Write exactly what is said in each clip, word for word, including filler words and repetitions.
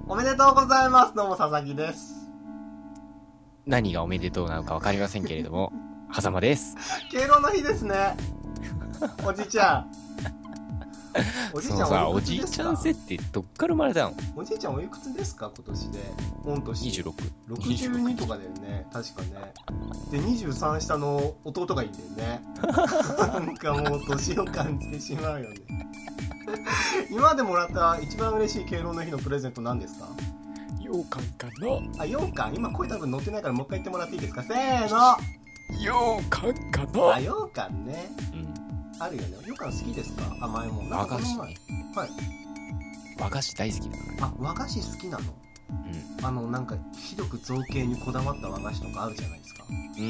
おめでとうございます。どうも佐々木です。 何がおめでとうなのか分かりませんけれども狭間です。 敬老の日ですね。おじいちゃんおじいちゃんさおいくつですか？おじいちゃん設定どっから生まれたの？ おじいちゃんおいくつですか今年で？御年にじゅうろく。 ろくじゅうにとかだよね確かね。でにじゅうさん下の弟がいいんだよね。なんかもう年を感じてしまうよね。今までもらった一番嬉しい敬老の日のプレゼント何ですか？ 羊羹かな。 あ、羊羹。今声多分乗ってないからもう一回言ってもらっていいですか？せーの。 羊羹かな。 あ、羊羹ね。 うん。 あるよね。羊羹好きですか？甘いもん。 和菓子ね。 はい。 和菓子大好きだから。 あ、和菓子好きなの？うん。あのなんかひどく造形にこだわった和菓子とかあるじゃないですか。 うんうん。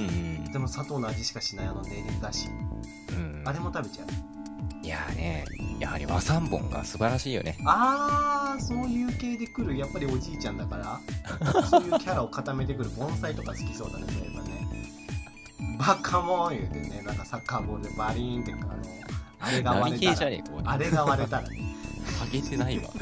でも砂糖の味しかしないあの練り菓子。うん。あれも食べちゃう。 いやーね、やはり和三盆が素晴らしいよね。 あー、そういう系で来る。やっぱりおじいちゃんだからそういうキャラを固めてくる盆栽とか好きそうだね。そういえばね、バカモン言うてね、なんかサッカーボールでバリーンってあのあれが割れたらねあれが割れたらねハゲてないわね。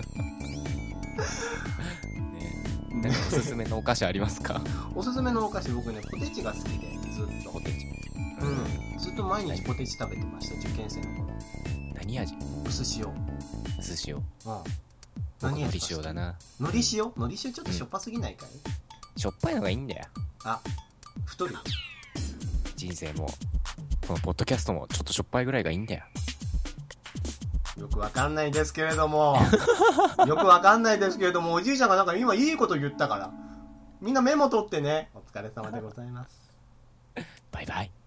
なんかおすすめのお菓子ありますか？ おすすめのお菓子、僕ねポテチが好きでずっと。 ポテチ。 うん、ずっと毎日ポテチ食べてました。受験生の頃。 何味？ 薄塩。 薄塩。うん。 何味？ 海苔塩だな。 海苔塩？海苔塩ちょっとしょっぱすぎないかい？ うん、しょっぱいのがいいんだよ。 あ、太る。 人生もこのポッドキャストもちょっとしょっぱいぐらいがいいんだよ。 よくわかんないですけれどもよくわかんないですけれども、おじいちゃんがなんか今いいこと言ったからみんなメモ取ってね。お疲れ様でございます。 バイバイ。